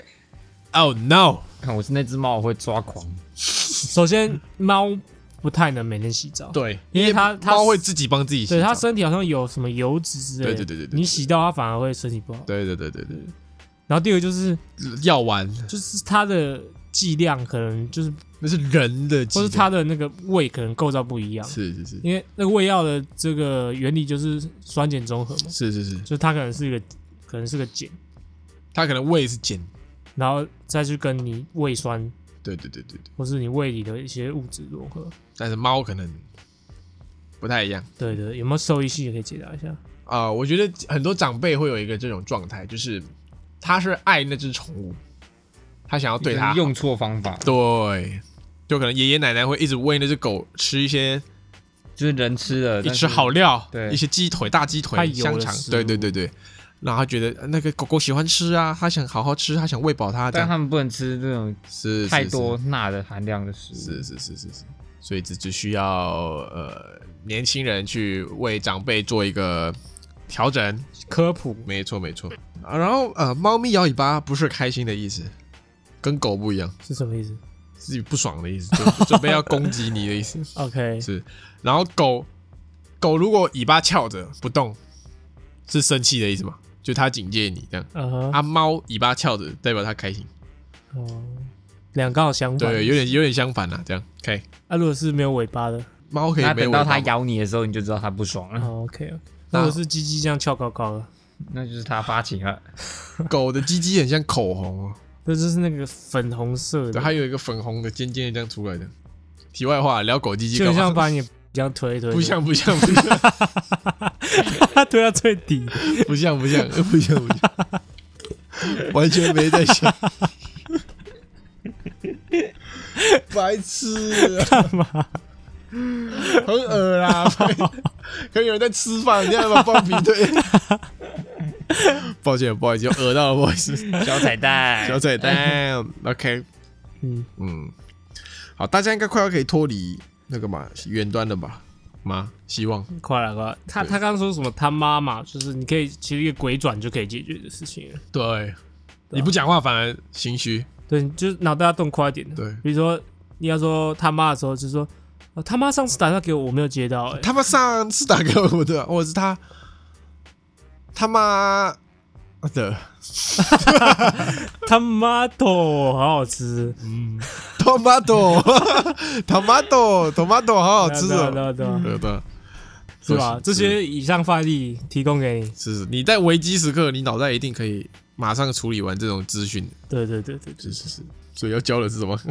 Oh no！ 看我是那只猫，我会抓狂。 首先，猫不太能每天洗澡， 对， 因为它猫会自己帮自己洗澡， 对它身体好像有什么油脂之类的， 对， 你洗到它反而会身体不好。 对， 然后第二个就是药丸就是它的剂量可能就是， 那是人的剂量， 或是它的那个胃可能构造不一样， 是， 因为那个胃药的这个原理就是酸碱中和嘛， 是， 就是它可能是个碱， 它可能胃是碱， 然后再去跟你胃酸， 对， 或是你胃里的一些物质融合。 但是猫可能不太一样。 对，有没有兽医系也可以解答一下？ 我觉得很多长辈会有一个这种状态，就是他是爱那只宠物，他想要对它好用错方法， 对，就可能爷爷奶奶会一直喂那只狗吃一些就是人吃的， 一吃好料， 对一些鸡腿、大鸡腿、 太油的香肠， 食物对。然后他觉得那个狗狗喜欢吃啊，他想好好吃，他想喂饱它，这样但他们不能吃这种是太多钠的含量的食物。 是，所以只需要年轻人去为长辈做一个调整， 科普没错。然后猫咪摇尾巴不是开心的意思，跟狗不一样， 是什么意思？ 是不爽的意思，就准备要攻击你的意思。 OK， 是，然后狗如果尾巴翘着不动，是生气的意思嘛？就它警戒你这样。啊，猫尾巴翘着代表它开心。 哦，两个刚好相反。 对，有点相反啦，这样。OK。 啊，如果是没有尾巴的， 猫可以没有尾巴。 那等到它咬你的时候，你就知道它不爽了。 OK。如果是鸡鸡这样翘高高的， 那就是它发情了。 狗的鸡鸡很像口红哦。 这就是那个粉红色的， 对，还有一个粉红的尖尖的这样出来的。题外话，聊狗鸡鸡， 就很像把你这样推， 不像， 他推到最底， 不像，完全没在想，白痴， 干嘛？ 很恶啦，可能有人在吃饭，你要把包皮推。抱歉，不好意思，恶到了，不好意思。 小彩蛋 ，OK， 好，大家应该快要可以脱离那个嘛远端了吧？希望快了。他刚刚说什么他妈嘛，就是你可以其实一个鬼转就可以解决的事情了。 对，你不讲话反而心虚。 对，就是脑袋要动快一点。 对， 比如说你要说他妈的时候，就是说他妈上次打电话给我，我没有接到。 他妈上次打给我的，我是他妈的 tomato 好好吃 ，tomato 好好吃哦， 对，是吧？这些以上范例提供给你， 是你在危机时刻，你脑袋一定可以马上处理完这种资讯。 对， 是，所以要教的是什么？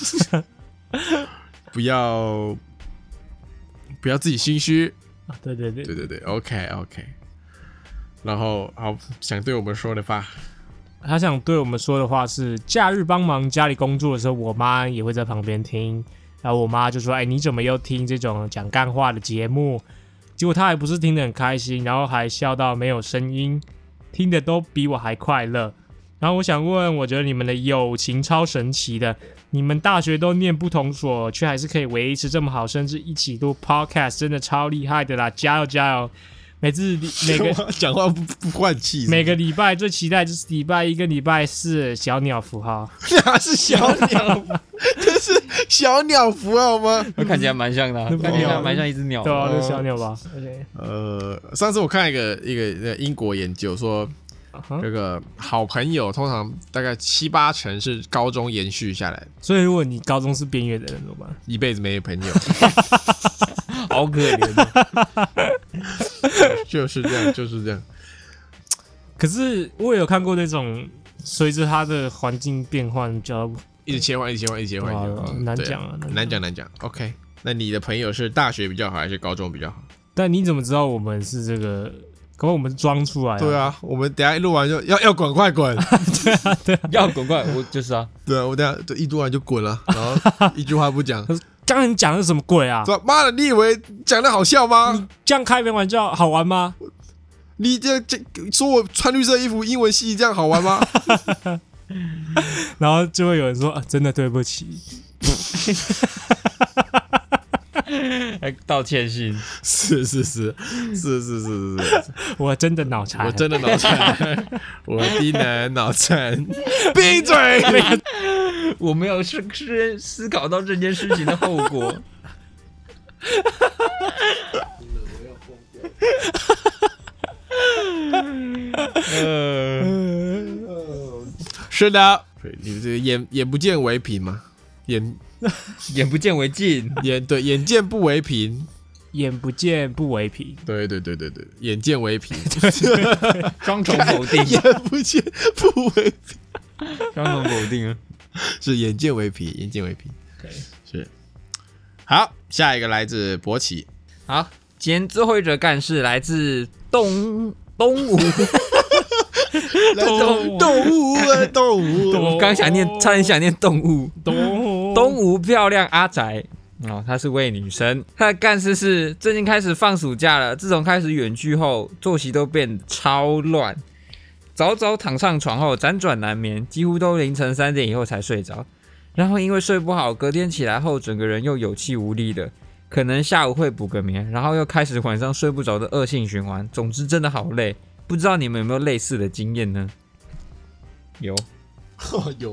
不要自己心虚。 对 ，OK。然后好，想对我们说的话， 他想对我们说的话是：假日帮忙家里工作的时候，我妈也会在旁边听。然后我妈就说：“哎，你怎么又听这种讲干话的节目？”结果她还不是听得很开心，然后还笑到没有声音，听的都比我还快乐。然后我想问，我觉得你们的友情超神奇的，你们大学都念不同所，却还是可以维持这么好，甚至一起录 podcast， 真的超厉害的啦！加油！每个讲话不换气， 每个礼拜最期待就是礼拜一跟礼拜四小鸟符号， 哪是小鸟？这是小鸟符号吗？ 看起来蛮像的，看起来蛮像一只鸟。 对啊，就是小鸟吧。 上次我看一个英国研究说，这个好朋友通常大概7-8成是高中延续下来， 所以如果你高中是边缘的人怎么办？ 一辈子没朋友。 好可怜就是这样。 可是我也有看过那种随着他的环境变换，就一直切换， 难讲啊， 难讲。OK， 那你的朋友是大学比较好还是高中比较好？ 但你怎么知道我们是这个？可能我们是装出来的。 对啊，我们等一下一录完就要滚，快滚！ 对啊， 要滚快，我就是啊。 对啊，我等一下一录完就滚了，然后一句话不讲。 刚才你讲的是什么鬼啊？ 妈的，你以为讲的好笑吗？ 你这样开门玩笑好玩吗？ 你这说我穿绿色衣服，英文系这样好玩吗？ 然后就会有人说真的对不起。 还道歉信， 是， 我真的脑残， 我低能脑残，闭嘴！ 我没有思考到这件事情的后果。 是的，你这个眼不见为凭嘛， 眼不见为净， 眼见不为凭， 眼不见不为凭， 对，眼见为凭， 双重否定， 眼不见不为凭， 双重否定啊， 是眼见为凭，是。好，下一个来自博奇。 好，今天最后一则干事来自东吴。 动物， 我刚差点想念动物。东吴漂亮阿宅哦，她是位女生。她的干事是最近开始放暑假了，自从开始远距后，作息都变得超乱。早早躺上床后辗转难眠，几乎都凌晨3点以后才睡着。然后因为睡不好，隔天起来后整个人又有气无力的，可能下午会补个眠，然后又开始晚上睡不着的恶性循环。总之真的好累。不知道你们有没有类似的经验呢？有， 有啊，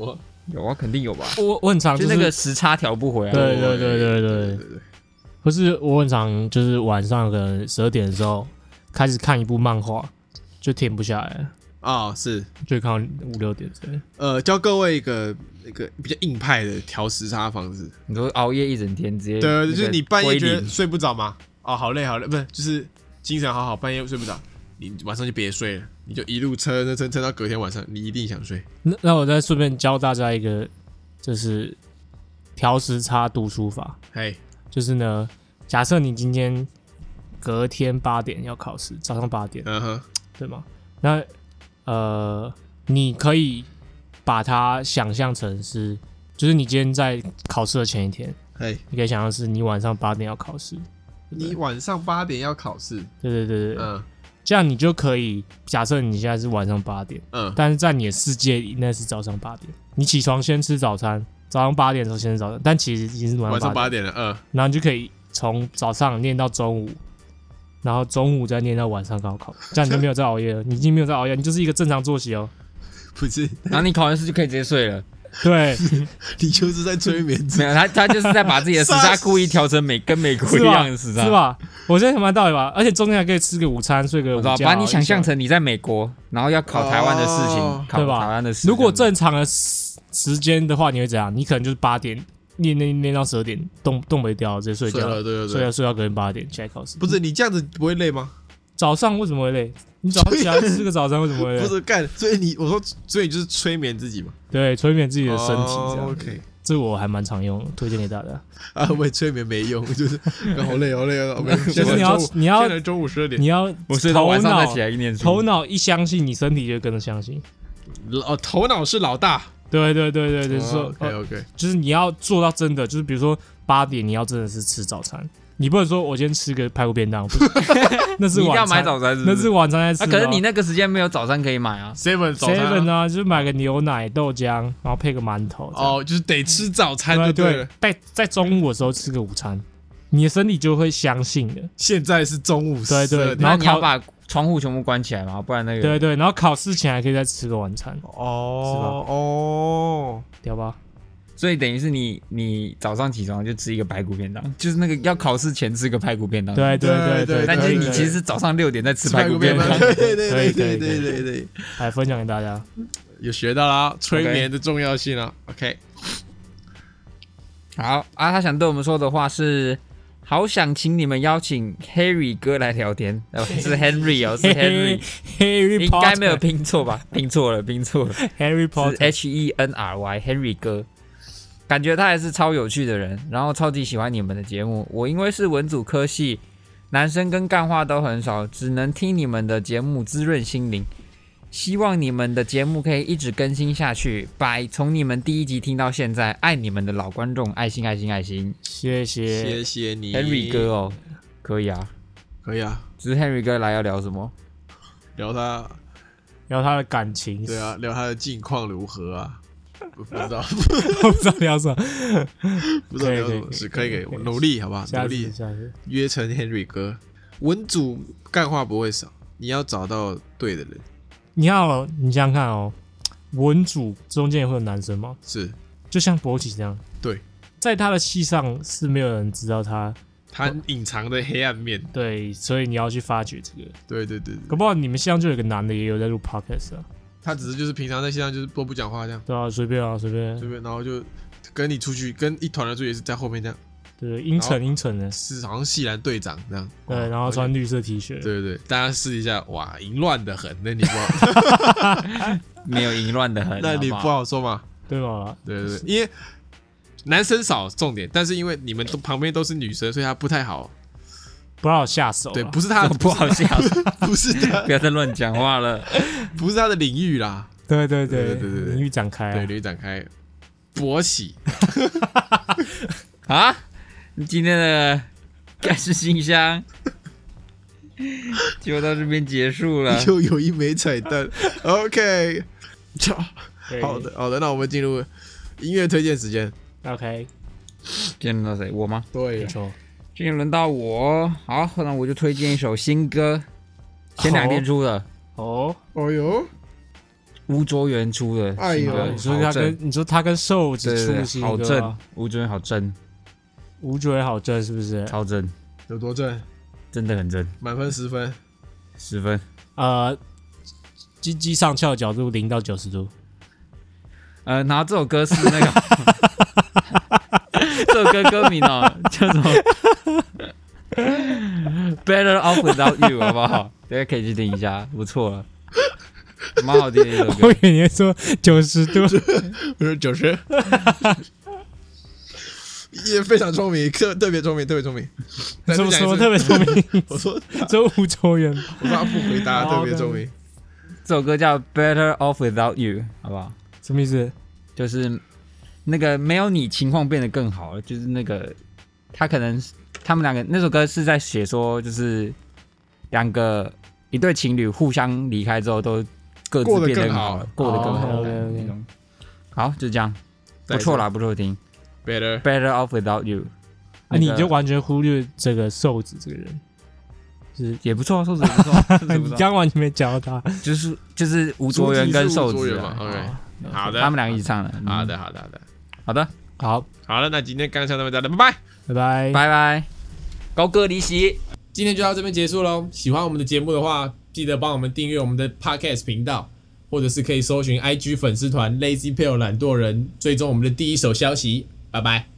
有啊，肯定有吧。 我很常就是那个时差调不回来。 对，或是我很常就是晚上可能12点的时候开始看一部漫画，就停不下来了。 是， 就看到5、6点之类。 教各位一个比较硬派的调时差方式。 你说熬夜一整天，直接对，就是你半夜觉得睡不着嘛，好累，不是，就是精神好，半夜睡不着，你晚上就别睡了，你就一路撑到隔天晚上，你一定想睡。 那我再顺便教大家一个，就是调时差读书法。就是呢，假设你今天隔天8点要考试，早上8点，对吗？那你可以把它想象成是，就是你今天在考试的前一天，你可以想象是你晚上8点要考试， 你晚上8点要考试， 对，这样你就可以假设你现在是晚上8点，但是在你的世界里那是早上8点，你起床先吃早餐，早上8点的时候先吃早餐，但其实已经是晚上8点了，然后你就可以从早上念到中午。然后中午再念到晚上高考，这样你就没有在熬夜了，你已经没有在熬夜，你就是一个正常作息哦。 不是， 然后你考完试就可以直接睡了。 对， 你就是在催眠。 没有，他就是在把自己的时差故意调成跟美国一样的时差， 是吧？我现在想蛮道理吧，而且中间还可以吃个午餐，睡个午觉。 把你想象成你在美国，然后要考台湾的事情，考台湾的事。 如果正常的时间的话，你会怎样？你可能就是8点。念到12点，动不掉，直接睡觉，睡到隔天8点起来考试。 不是你这样子不会累吗？ 早上为什么会累？你早上起来吃个早餐为什么会累？ 不是干，所以你就是催眠自己嘛？ 对，催眠自己的身体这样。 OK， 这我还蛮常用的，推荐给大家。 我催眠没用，就是好累啊！ 就是你要现在中午12点， 你要我睡到晚上再起来念书。 头脑一相信，你身体就跟着相信。 头脑是老大。 对，就是说 OK， 就是你要做到真的，就是比如说8点，你要真的是吃早餐，你不能说我今天吃个排骨便当，那是晚餐， 你一定要买早餐是不是？ 那是晚餐在吃。 可是你那个时间没有早餐可以买啊 ，7 啊，就是买个牛奶、豆浆，然后配个馒头。 就是得吃早餐就对了。 在中午的时候吃个午餐，你的身体就会相信的。 现在是中午对， 然后你要把窗户全部关起来嘛，不然那个对，然后考试前还可以再吃个晚餐。屌吧？ 所以等于是你早上起床就吃一个排骨便当，就是那个要考试前吃个排骨便当。 对， 但是你其实是早上6点在吃排骨便当。 对， 来分享给大家， 有学到啦，催眠的重要性啊。OK， 好啊，他想对我们说的话是。好想请你们邀请 Harry 哥来聊天，是 Henry 哦，是 Henry， 应该没有拼错吧？拼错了 ，Harry Potter HENRY Henry 哥，感觉他还是超有趣的人，然后超级喜欢你们的节目。我因为是文组科系，男生跟干话都很少，只能听你们的节目滋润心灵。希望你们的节目可以一直更新下去，从你们第1集听到现在，爱你们的老观众，爱心，谢谢你 ，Henry 哥哦，可以啊，只是 Henry 哥来要聊什么？ 聊他的感情， 对啊，聊他的近况如何啊？不知道， 我不知道聊什么， 不知道聊什么，是可以，我努力好不好？努力约成 Henry 哥，文组干话不会少，你要找到对的人。 你想想看哦，文组中间也会有男生吗？ 是， 就像博奇这样。 对， 在他的系上是没有人知道他隐藏的黑暗面。 对，所以你要去发掘这个。 对， 搞不好你们系上就有个男的也有在录 podcast 啊。 他只是就是平常在系上就是都不讲话这样。 对啊，随便， 然后就跟你出去，跟一团人出去也是在后面这样。 对，阴沉的， 是好像系篮队长这样。 对，然后穿绿色 T 恤。 对，大家试一下，哇，淫乱的很，那你不好， 没有淫乱的很， 那你不好说嘛？ 对吧？ 对，因为男生少重点，但是因为你们旁边都是女生，所以他不太好下手。 对，不是他不好下手， 不是他， 不要再乱讲话了， 不是他的领域啦。 对，领域展开， 对，领域展开，勃起啊！你今天的干事信箱就到这边结束了， 又有一枚彩蛋。OK， 好的，那我们进入音乐推荐时间。 OK， 今天轮到谁？我吗？ 对， 没错。 今天轮到我，好，那我就推荐一首新歌，前2天出的。 哦哟， 吴卓源出的哎呦新歌， 你说他跟瘦子出的对新歌好正啊，， 吴卓源好正， 吴卓源好正是不是？ 超正， 有多正？ 真的很正， 满分10分。 10分。 鸡鸡上翘的角度0到90度。 然后这首歌是那个这首歌歌名叫什么？Better Off Without You， 好不好？大家可以去听一下，不错了，蛮好听的一首歌。 我以为你会说90度， 我说90，也非常聪明，特别聪明，特别聪明。 什么特别聪明？ 我说这吴卓源， 我说他不回答，特别聪明。 这首歌叫 Better Off Without You， 好不好？ 什么意思？ 就是那个没有你情况变得更好了，就是那个他们两个那首歌是在写说，就是一对情侣互相离开之后都各自变得更好了，过得更好。 OK， 好，就这样，不错啦，不错听。 Better Off Without You， 你就完全忽略这个瘦子这个人， 也不错，瘦子也不错。 你刚刚完全没讲到他， 就是吴卓源跟瘦子嘛。OK， 好的， 他们两个一起唱的。 好的， 好了，那今天刚上到这里，拜拜， 拜拜， 拜拜，高歌离席。 今天就到这边结束喽。喜欢我们的节目的话，记得帮我们订阅我们的 Podcast 频道，或者是可以搜寻 IG 粉丝团 Lazy Pale 懒惰人，追踪我们的第一手消息。拜拜。